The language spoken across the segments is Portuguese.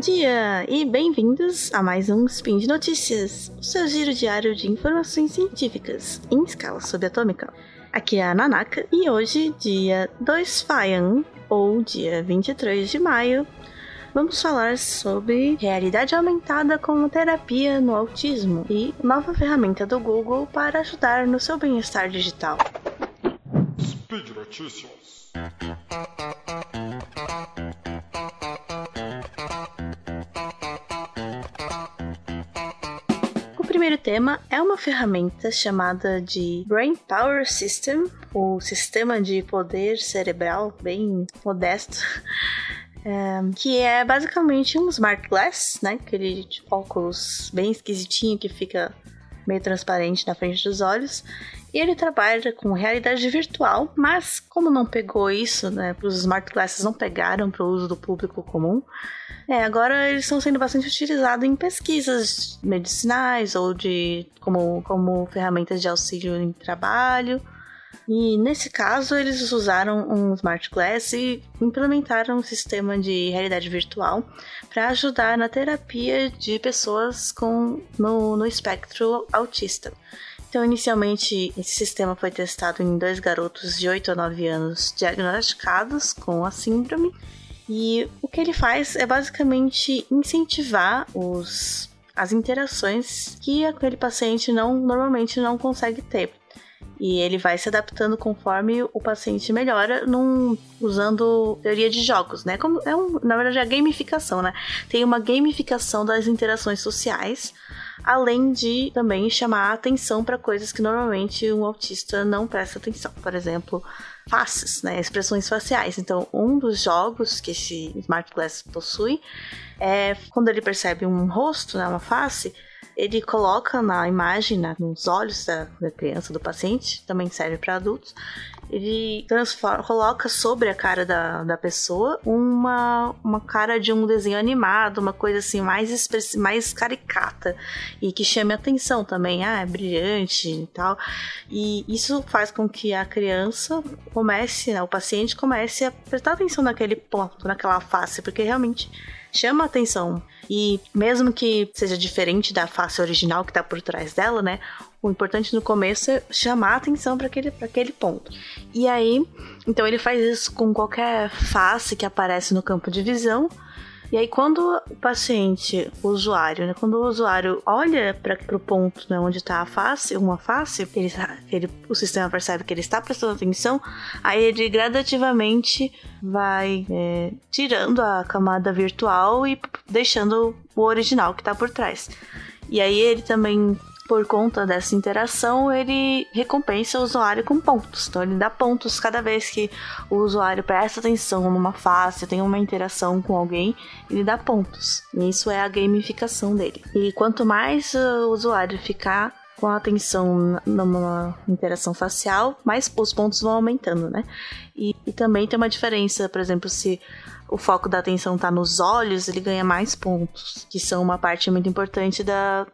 dia e bem-vindos a mais um Spin de Notícias, o seu giro diário de informações científicas em escala subatômica. Aqui é a Nanaka e hoje, dia 2 Faian, ou dia 23 de maio, vamos falar sobre realidade aumentada como terapia no autismo e nova ferramenta do Google para ajudar no seu bem-estar digital. Speed Notícias. O primeiro tema é uma ferramenta chamada de Brain Power System, ou Sistema de Poder Cerebral, bem modesto, que é basicamente um Smart Glass, né? Aquele óculos bem esquisitinho que fica meio transparente na frente dos olhos. E ele trabalha com realidade virtual, mas como não pegou isso, né? Os Smart Glasses não pegaram para o uso do público comum. Agora eles estão sendo bastante utilizados em pesquisas medicinais ou como ferramentas de auxílio em trabalho. E nesse caso eles usaram um Smart Glass e implementaram um sistema de realidade virtual para ajudar na terapia de pessoas no espectro autista. Então, inicialmente, esse sistema foi testado em 2 garotos de 8 a 9 anos diagnosticados com a síndrome. E o que ele faz é basicamente incentivar as interações que aquele paciente normalmente não consegue ter. E ele vai se adaptando conforme o paciente melhora, usando teoria de jogos, né? Na verdade, a gamificação, né? Tem uma gamificação das interações sociais, além de também chamar a atenção para coisas que normalmente um autista não presta atenção. Por exemplo, faces, né? Expressões faciais. Então, um dos jogos que esse Smart Glass possui é quando ele percebe um rosto, né, uma face, ele coloca na imagem, nos olhos da criança, do paciente, também serve para adultos, ele coloca sobre a cara da pessoa uma cara de um desenho animado, uma coisa assim mais caricata e que chame a atenção também, é brilhante e tal. E isso faz com que a criança o paciente comece a prestar atenção naquele ponto, naquela face, porque realmente chama a atenção. E mesmo que seja diferente da face original que está por trás dela, né? O importante no começo é chamar a atenção para aquele ponto. E aí, então ele faz isso com qualquer face que aparece no campo de visão. E aí, quando o paciente, o usuário, né, quando o usuário olha para o ponto, né, onde está uma face, o sistema percebe que ele está prestando atenção, aí ele gradativamente vai tirando a camada virtual e deixando o original que está por trás. E aí ele também, por conta dessa interação, ele recompensa o usuário com pontos. Então ele dá pontos cada vez que o usuário presta atenção numa face, tem uma interação com alguém, ele dá pontos. E isso é a gamificação dele. E quanto mais o usuário ficar com a atenção numa interação facial, mais os pontos vão aumentando, né? E também tem uma diferença, por exemplo, se o foco da atenção está nos olhos, ele ganha mais pontos, que são uma parte muito importante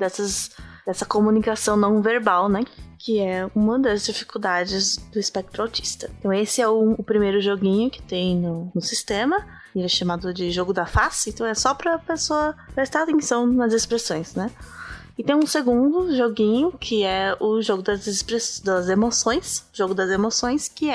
dessa comunicação não verbal, né? Que é uma das dificuldades do espectro autista. Então esse é o primeiro joguinho que tem no sistema. Ele é chamado de jogo da face, então é só para a pessoa prestar atenção nas expressões, né? E tem um segundo joguinho, que é o jogo das emoções. O jogo das emoções, que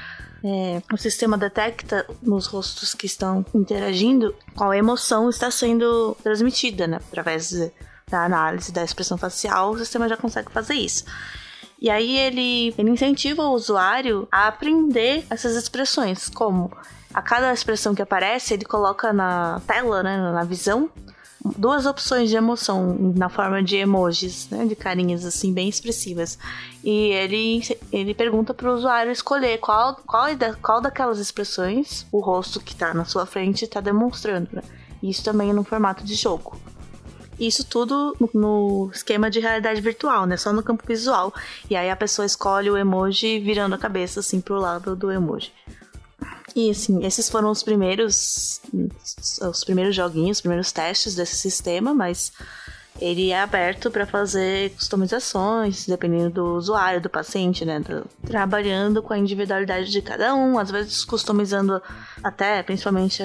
o sistema detecta nos rostos que estão interagindo qual emoção está sendo transmitida, né? Através da análise da expressão facial, o sistema já consegue fazer isso. E aí ele incentiva o usuário a aprender essas expressões, como a cada expressão que aparece, ele coloca na tela, né, na visão, 2 opções de emoção na forma de emojis, né, de carinhas assim bem expressivas. E ele pergunta para o usuário escolher qual daquelas expressões o rosto que está na sua frente está demonstrando, né? Isso também é no formato de jogo. Isso tudo no esquema de realidade virtual, né? Só no campo visual. E aí a pessoa escolhe o emoji virando a cabeça assim pro lado do emoji. E assim, esses foram os primeiros joguinhos, os primeiros testes desse sistema, mas ele é aberto para fazer customizações, dependendo do usuário, do paciente, né? Trabalhando com a individualidade de cada um, às vezes customizando até, principalmente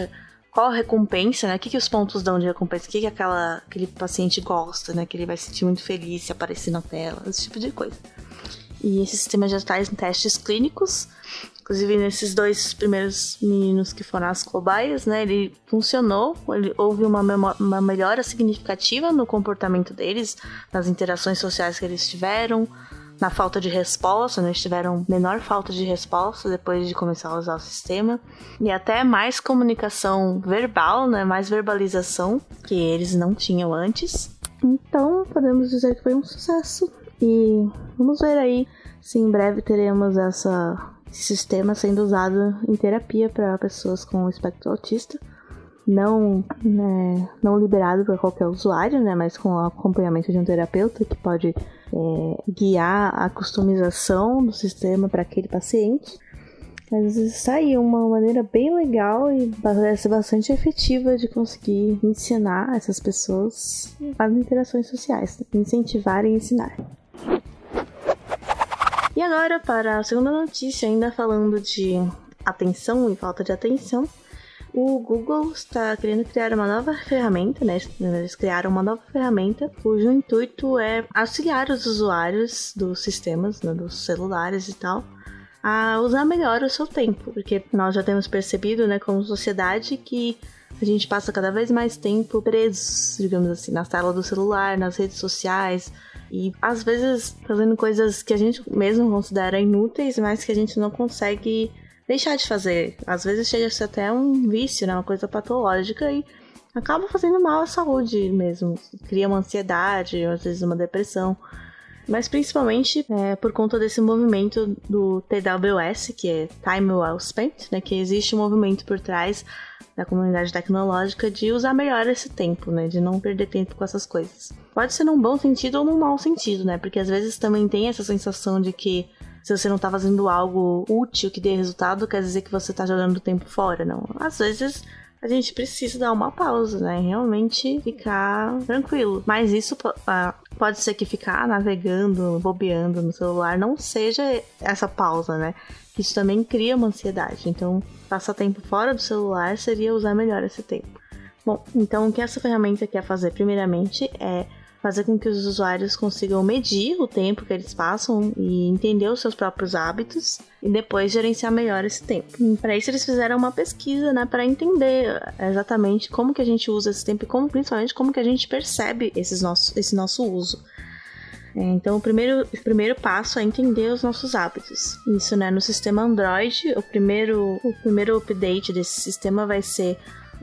qual a recompensa, né? O que os pontos dão de recompensa? O que aquele paciente gosta, né? Que ele vai se sentir muito feliz se aparecer na tela, esse tipo de coisa. E esse sistema já está em testes clínicos. Inclusive, nesses 2 primeiros meninos que foram as cobaias, né? Ele funcionou. Houve uma melhora significativa no comportamento deles, nas interações sociais que eles tiveram, na falta de resposta, né? Eles tiveram menor falta de resposta depois de começar a usar o sistema. E até mais comunicação verbal, né? Mais verbalização, que eles não tinham antes. Então, podemos dizer que foi um sucesso. E vamos ver aí se em breve teremos esse sistema sendo usado em terapia para pessoas com espectro autista. Não liberado para qualquer usuário, né, mas com o acompanhamento de um terapeuta que pode guiar a customização do sistema para aquele paciente. Mas está aí uma maneira bem legal e parece bastante efetiva de conseguir ensinar essas pessoas as interações sociais, né? Incentivar e ensinar. E agora, para a segunda notícia, ainda falando de atenção e falta de atenção, o Google está querendo criar uma nova ferramenta, né? Eles criaram uma nova ferramenta cujo intuito é auxiliar os usuários dos sistemas, né, dos celulares e tal, a usar melhor o seu tempo, porque nós já temos percebido, né, como sociedade, que a gente passa cada vez mais tempo presos, digamos assim, na tela do celular, nas redes sociais, e às vezes fazendo coisas que a gente mesmo considera inúteis, mas que a gente não consegue deixar de fazer. Às vezes chega a ser até um vício, né? Uma coisa patológica e acaba fazendo mal à saúde mesmo. Cria uma ansiedade, às vezes uma depressão. Mas principalmente por conta desse movimento do TWS, que é Time Well Spent, né? Que existe um movimento por trás da comunidade tecnológica de usar melhor esse tempo, né? De não perder tempo com essas coisas. Pode ser num bom sentido ou num mau sentido, né? Porque às vezes também tem essa sensação de que se você não tá fazendo algo útil que dê resultado, quer dizer que você tá jogando o tempo fora, não. Às vezes a gente precisa dar uma pausa, né? Realmente ficar tranquilo. Mas isso pode ser que ficar navegando, bobeando no celular não seja essa pausa, né? Isso também cria uma ansiedade. Então, passar tempo fora do celular seria usar melhor esse tempo. Bom, então o que essa ferramenta quer fazer primeiramente é fazer com que os usuários consigam medir o tempo que eles passam e entender os seus próprios hábitos e depois gerenciar melhor esse tempo. Para isso eles fizeram uma pesquisa, né, para entender exatamente como que a gente usa esse tempo e principalmente como que a gente percebe esse nosso uso. Então o primeiro passo é entender os nossos hábitos. Isso, né, no sistema Android, o primeiro update desse sistema vai ser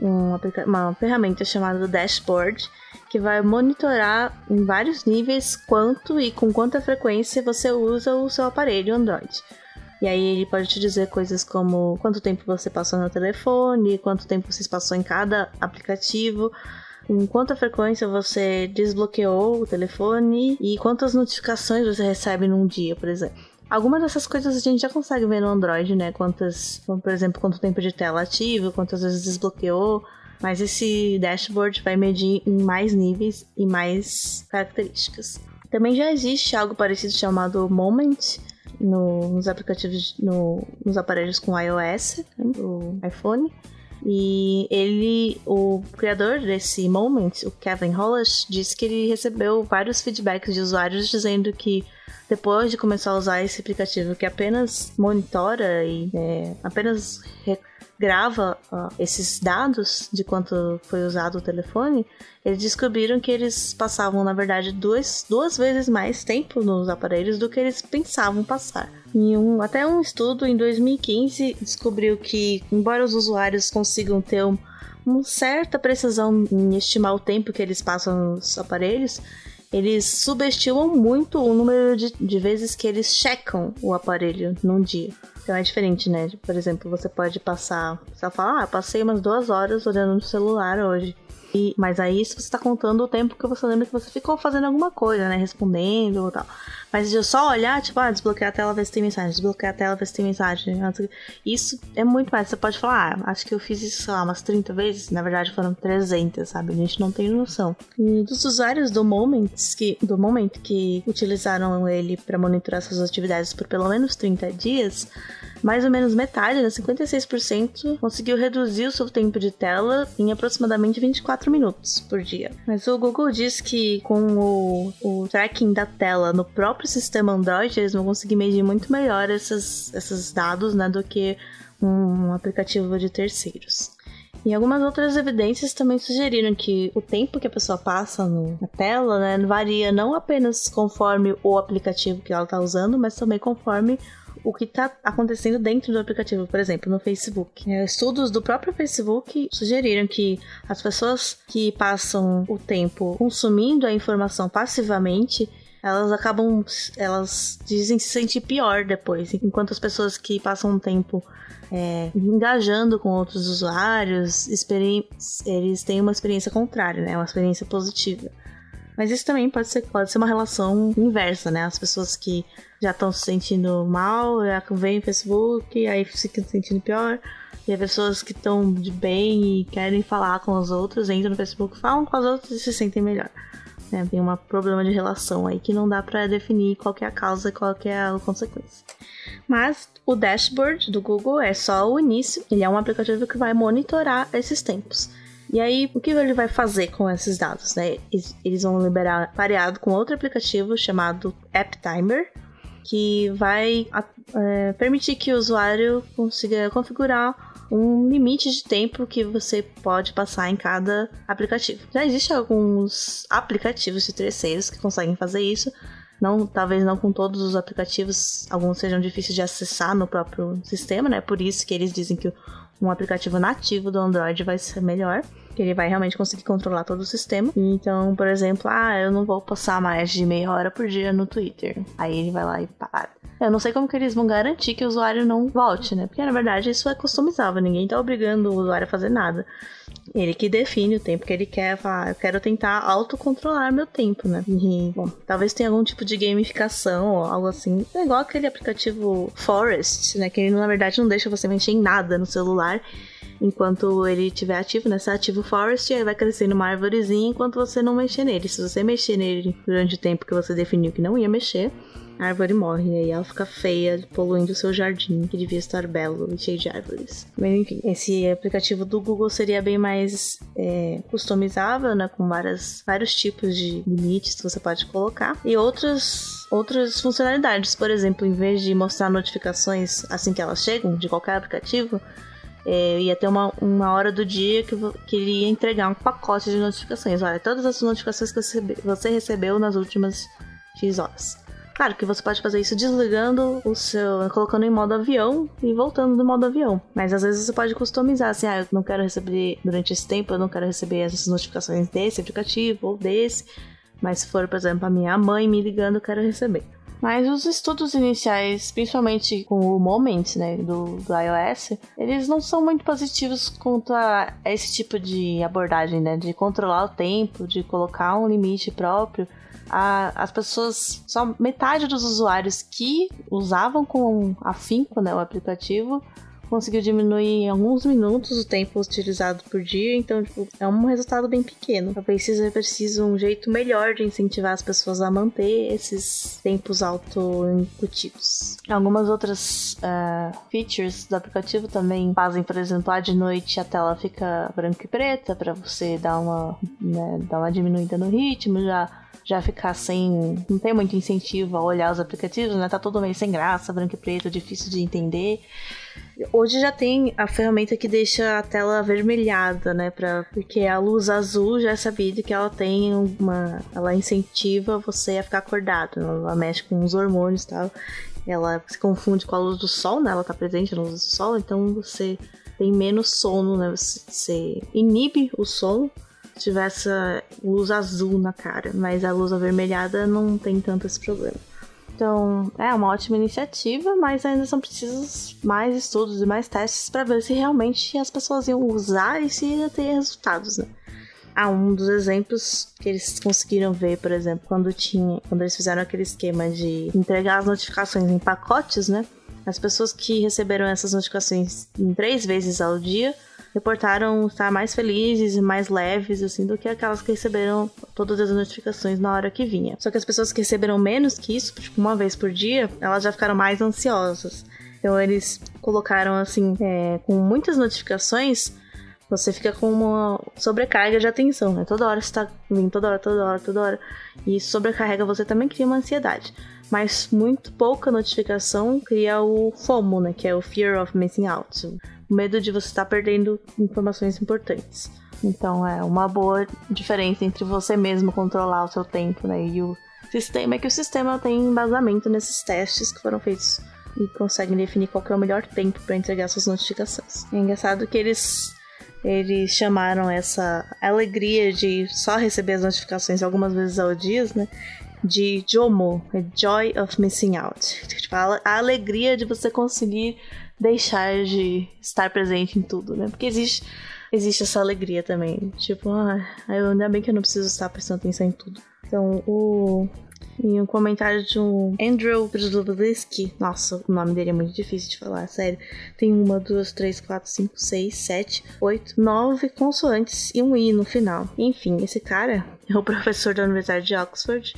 uma ferramenta chamada Dashboard, que vai monitorar em vários níveis quanto e com quanta frequência você usa o seu aparelho Android. E aí ele pode te dizer coisas como quanto tempo você passou no telefone, quanto tempo você passou em cada aplicativo, com quanta frequência você desbloqueou o telefone e quantas notificações você recebe num dia, por exemplo. Algumas dessas coisas a gente já consegue ver no Android, né? Por exemplo, quanto tempo de tela ativo, quantas vezes desbloqueou. Mas esse dashboard vai medir em mais níveis e mais características. Também já existe algo parecido chamado Moment nos aplicativos, nos aparelhos com iOS, né, do iPhone. E o criador desse Moment, o Kevin Hollish, disse que ele recebeu vários feedbacks de usuários dizendo que depois de começar a usar esse aplicativo que apenas monitora e apenas grava esses dados de quanto foi usado o telefone, eles descobriram que eles passavam, na verdade, duas vezes mais tempo nos aparelhos do que eles pensavam passar. E até um estudo em 2015 descobriu que, embora os usuários consigam ter uma certa precisão em estimar o tempo que eles passam nos aparelhos, eles subestimam muito o número de vezes que eles checam o aparelho num dia. Então é diferente, né? Por exemplo, você pode passar... Você fala, passei umas 2 horas olhando no celular hoje. Mas aí isso você tá contando o tempo que você lembra que você ficou fazendo alguma coisa, né? Respondendo ou tal. Mas de só olhar, tipo, desbloquear a tela, ver se tem mensagem. Desbloquear a tela, ver se tem mensagem. Isso é muito mais. Você pode falar, acho que eu fiz isso, sei lá, umas 30 vezes. Na verdade foram 300, sabe? A gente não tem noção. E dos usuários do Moment que utilizaram ele para monitorar suas atividades por pelo menos 30 dias, mais ou menos metade, né, 56%, conseguiu reduzir o seu tempo de tela em aproximadamente 24 minutos por dia. Mas o Google diz que com o tracking da tela no próprio sistema Android, eles vão conseguir medir muito melhor esses dados, né, do que um aplicativo de terceiros. E algumas outras evidências também sugeriram que o tempo que a pessoa passa na tela, né, varia não apenas conforme o aplicativo que ela está usando, mas também conforme o que está acontecendo dentro do aplicativo. Por exemplo, no Facebook. Estudos do próprio Facebook sugeriram que as pessoas que passam o tempo consumindo a informação passivamente, elas dizem se sentir pior depois, enquanto as pessoas que passam um tempo engajando com outros usuários, eles têm uma experiência contrária, né? Uma experiência positiva. Mas isso também pode ser uma relação inversa, né? As pessoas que já estão se sentindo mal, já veem o Facebook, aí ficam se sentindo pior. E as pessoas que estão de bem e querem falar com os outros, entram no Facebook, falam com os outros e se sentem melhor. Tem um problema de relação aí que não dá pra definir qual que é a causa e qual que é a consequência. Mas o dashboard do Google é só o início. Ele é um aplicativo que vai monitorar esses tempos. E aí, o que ele vai fazer com esses dados, né? Eles vão liberar pareado com outro aplicativo chamado App Timer, que vai permitir que o usuário consiga configurar um limite de tempo que você pode passar em cada aplicativo. Já existem alguns aplicativos de terceiros que conseguem fazer isso. Talvez não com todos os aplicativos, alguns sejam difíceis de acessar no próprio sistema, né? Por isso que eles dizem que um aplicativo nativo do Android vai ser melhor, que ele vai realmente conseguir controlar todo o sistema. Então, por exemplo, eu não vou passar mais de meia hora por dia no Twitter. Aí ele vai lá e para. Eu não sei como que eles vão garantir que o usuário não volte, né? Porque, na verdade, isso é customizável. Ninguém tá obrigando o usuário a fazer nada. Ele que define o tempo que ele quer. Falar, eu quero tentar autocontrolar meu tempo, né? E, bom, talvez tenha algum tipo de gamificação ou algo assim. É igual aquele aplicativo Forest, né? Que ele, na verdade, não deixa você mexer em nada no celular enquanto ele estiver ativo, né? Você ativa o Forest e aí vai crescendo uma arvorezinha enquanto você não mexer nele. Se você mexer nele durante o tempo que você definiu que não ia mexer, a árvore morre, e aí ela fica feia, poluindo o seu jardim, que devia estar belo e cheio de árvores. Mas enfim, esse aplicativo do Google seria bem mais customizável, né? Com vários tipos de limites que você pode colocar. E outras funcionalidades, por exemplo, em vez de mostrar notificações assim que elas chegam, de qualquer aplicativo, ia ter uma hora do dia que ele ia entregar um pacote de notificações. Olha, todas as notificações que você recebeu nas últimas X horas. Claro que você pode fazer isso desligando colocando em modo avião e voltando do modo avião. Mas às vezes você pode customizar, assim, eu não quero receber durante esse tempo, eu não quero receber essas notificações desse aplicativo ou desse. Mas se for, por exemplo, a minha mãe me ligando, eu quero receber. Mas os estudos iniciais, principalmente com o Moment, né, do iOS, eles não são muito positivos quanto a esse tipo de abordagem, né, de controlar o tempo, de colocar um limite próprio. As pessoas, só metade dos usuários que usavam com afinco, né, o aplicativo, conseguiu diminuir em alguns minutos o tempo utilizado por dia, então é um resultado bem pequeno. Talvez seja preciso um jeito melhor de incentivar as pessoas a manter esses tempos auto-incutivos. Algumas outras features do aplicativo também fazem, por exemplo, de noite a tela fica branca e preta para você dar uma diminuída no ritmo, já ficar não tem muito incentivo a olhar os aplicativos, né? Tá todo meio sem graça, branco e preto, difícil de entender. Hoje já tem a ferramenta que deixa a tela avermelhada, né? Porque a luz azul já é sabido que ela tem ela incentiva você a ficar acordado. Ela mexe com os hormônios e tal. Ela se confunde com a luz do sol, né? Ela tá presente na luz do sol, então você tem menos sono, né? Você inibe o sono se tiver essa luz azul na cara, mas a luz avermelhada não tem tanto esse problema. Então, é uma ótima iniciativa, mas ainda são precisos mais estudos e mais testes para ver se realmente as pessoas iam usar e se ia ter resultados, né? Um dos exemplos que eles conseguiram ver, por exemplo, quando eles fizeram aquele esquema de entregar as notificações em pacotes, né? As pessoas que receberam essas notificações em 3 vezes ao dia reportaram estar mais felizes e mais leves, assim, do que aquelas que receberam todas as notificações na hora que vinha. Só que as pessoas que receberam menos que isso, tipo, 1 vez por dia, elas já ficaram mais ansiosas. Então eles colocaram, assim, com muitas notificações, você fica com uma sobrecarga de atenção, né? Toda hora você tá vindo, toda hora. E isso sobrecarrega você, também cria uma ansiedade. Mas muito pouca notificação cria o FOMO, né? Que é o Fear of Missing Out. O medo de você estar perdendo informações importantes. Então é uma boa diferença entre você mesmo controlar o seu tempo, né? E o sistema. É que o sistema tem embasamento nesses testes que foram feitos e conseguem definir qual que é o melhor tempo para entregar suas notificações. É engraçado que eles chamaram essa alegria de só receber as notificações algumas vezes ao dia, né? De JOMO, Joy of Missing Out. Tipo, a alegria de você conseguir deixar de estar presente em tudo, né? Porque existe essa alegria também. Tipo, ainda bem que eu não preciso estar prestando atenção em tudo. Então, em um comentário de um Andrew Przlowski, nossa, o nome dele é muito difícil de falar, sério. Tem 1, 2, 3, 4, 5, 6, 7, 8, 9 consoantes e um I no final. Enfim, esse cara é o professor da Universidade de Oxford,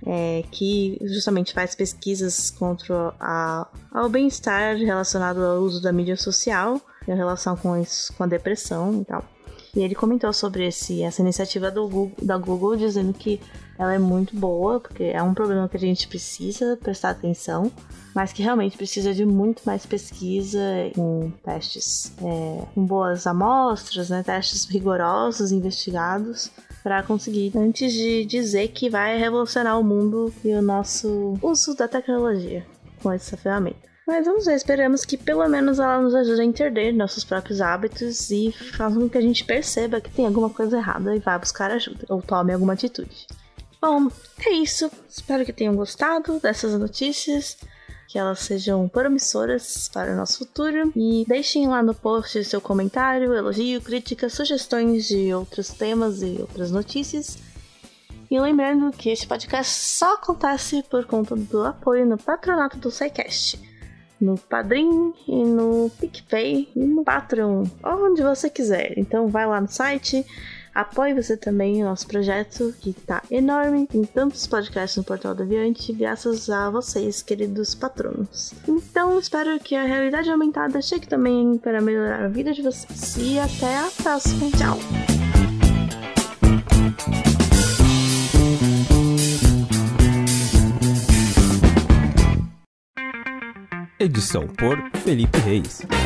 que justamente faz pesquisas contra ao bem-estar relacionado ao uso da mídia social, em relação com isso, com a depressão e tal. E ele comentou sobre essa iniciativa da Google, dizendo que ela é muito boa, porque é um problema que a gente precisa prestar atenção, mas que realmente precisa de muito mais pesquisa em testes com boas amostras, né, testes rigorosos, investigados, para conseguir, antes de dizer que vai revolucionar o mundo e o nosso uso da tecnologia com essa ferramenta. Mas vamos ver, esperamos que pelo menos ela nos ajude a entender nossos próprios hábitos e faça com que a gente perceba que tem alguma coisa errada e vá buscar ajuda, ou tome alguma atitude. Bom, é isso. Espero que tenham gostado dessas notícias, que elas sejam promissoras para o nosso futuro. E deixem lá no post seu comentário, elogio, crítica, sugestões de outros temas e outras notícias. E lembrando que este podcast só acontece por conta do apoio no patronato do SciCast, no Padrim e no PicPay e no Patreon, onde você quiser. Então vai lá no site, apoie você também o nosso projeto, que tá enorme. Tem tantos podcasts no Portal do Aviante, graças a vocês, queridos patronos. Então espero que a realidade aumentada chegue também para melhorar a vida de vocês. E até a próxima. Tchau! Edição por Felipe Reis.